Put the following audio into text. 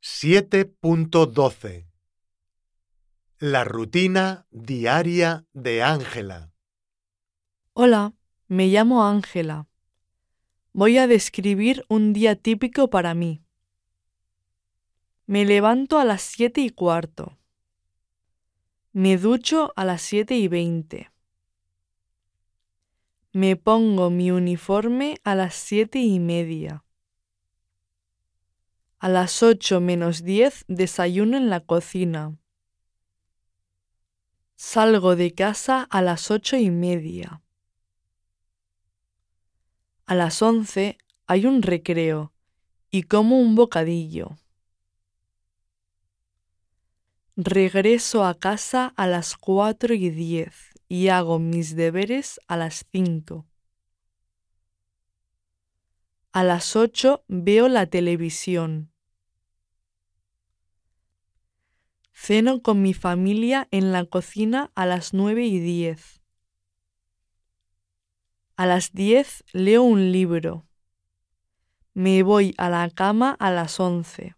7.12 La rutina diaria de Ángela. Hola, me llamo Ángela. Voy a describir un día típico para mí. Me levanto a las 7:15. Me ducho a las 7:20. Me pongo mi uniforme a las 7:30. A las 8:10 desayuno en la cocina. Salgo de casa a las 8:30. A las 11 hay un recreo y como un bocadillo. Regreso a casa a las 4:10 y hago mis deberes a las 5. A las 8 veo la televisión. Ceno con mi familia en la cocina a las 9:10. A las 10 leo un libro. Me voy a la cama a las 11.